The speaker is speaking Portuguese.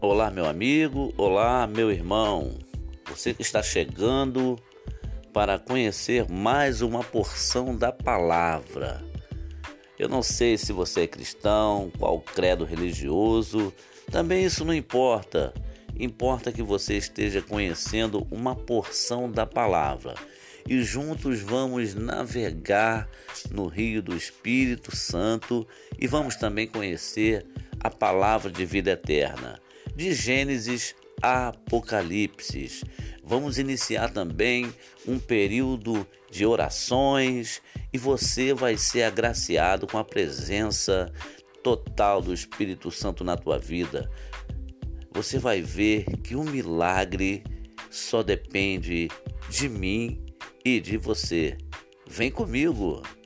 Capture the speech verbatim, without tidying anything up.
Olá, meu amigo, olá, meu irmão. Você que está chegando para conhecer mais uma porção da palavra. Eu não sei se você é cristão, qual credo religioso, também isso não importa. Importa que você esteja conhecendo uma porção da palavra. E juntos vamos navegar no rio do Espírito Santo e vamos também conhecer a palavra de vida eterna, de Gênesis a Apocalipse. Vamos iniciar também um período de orações e você vai ser agraciado com a presença total do Espírito Santo na tua vida. Você vai ver que o milagre só depende de mim e de você. Vem comigo!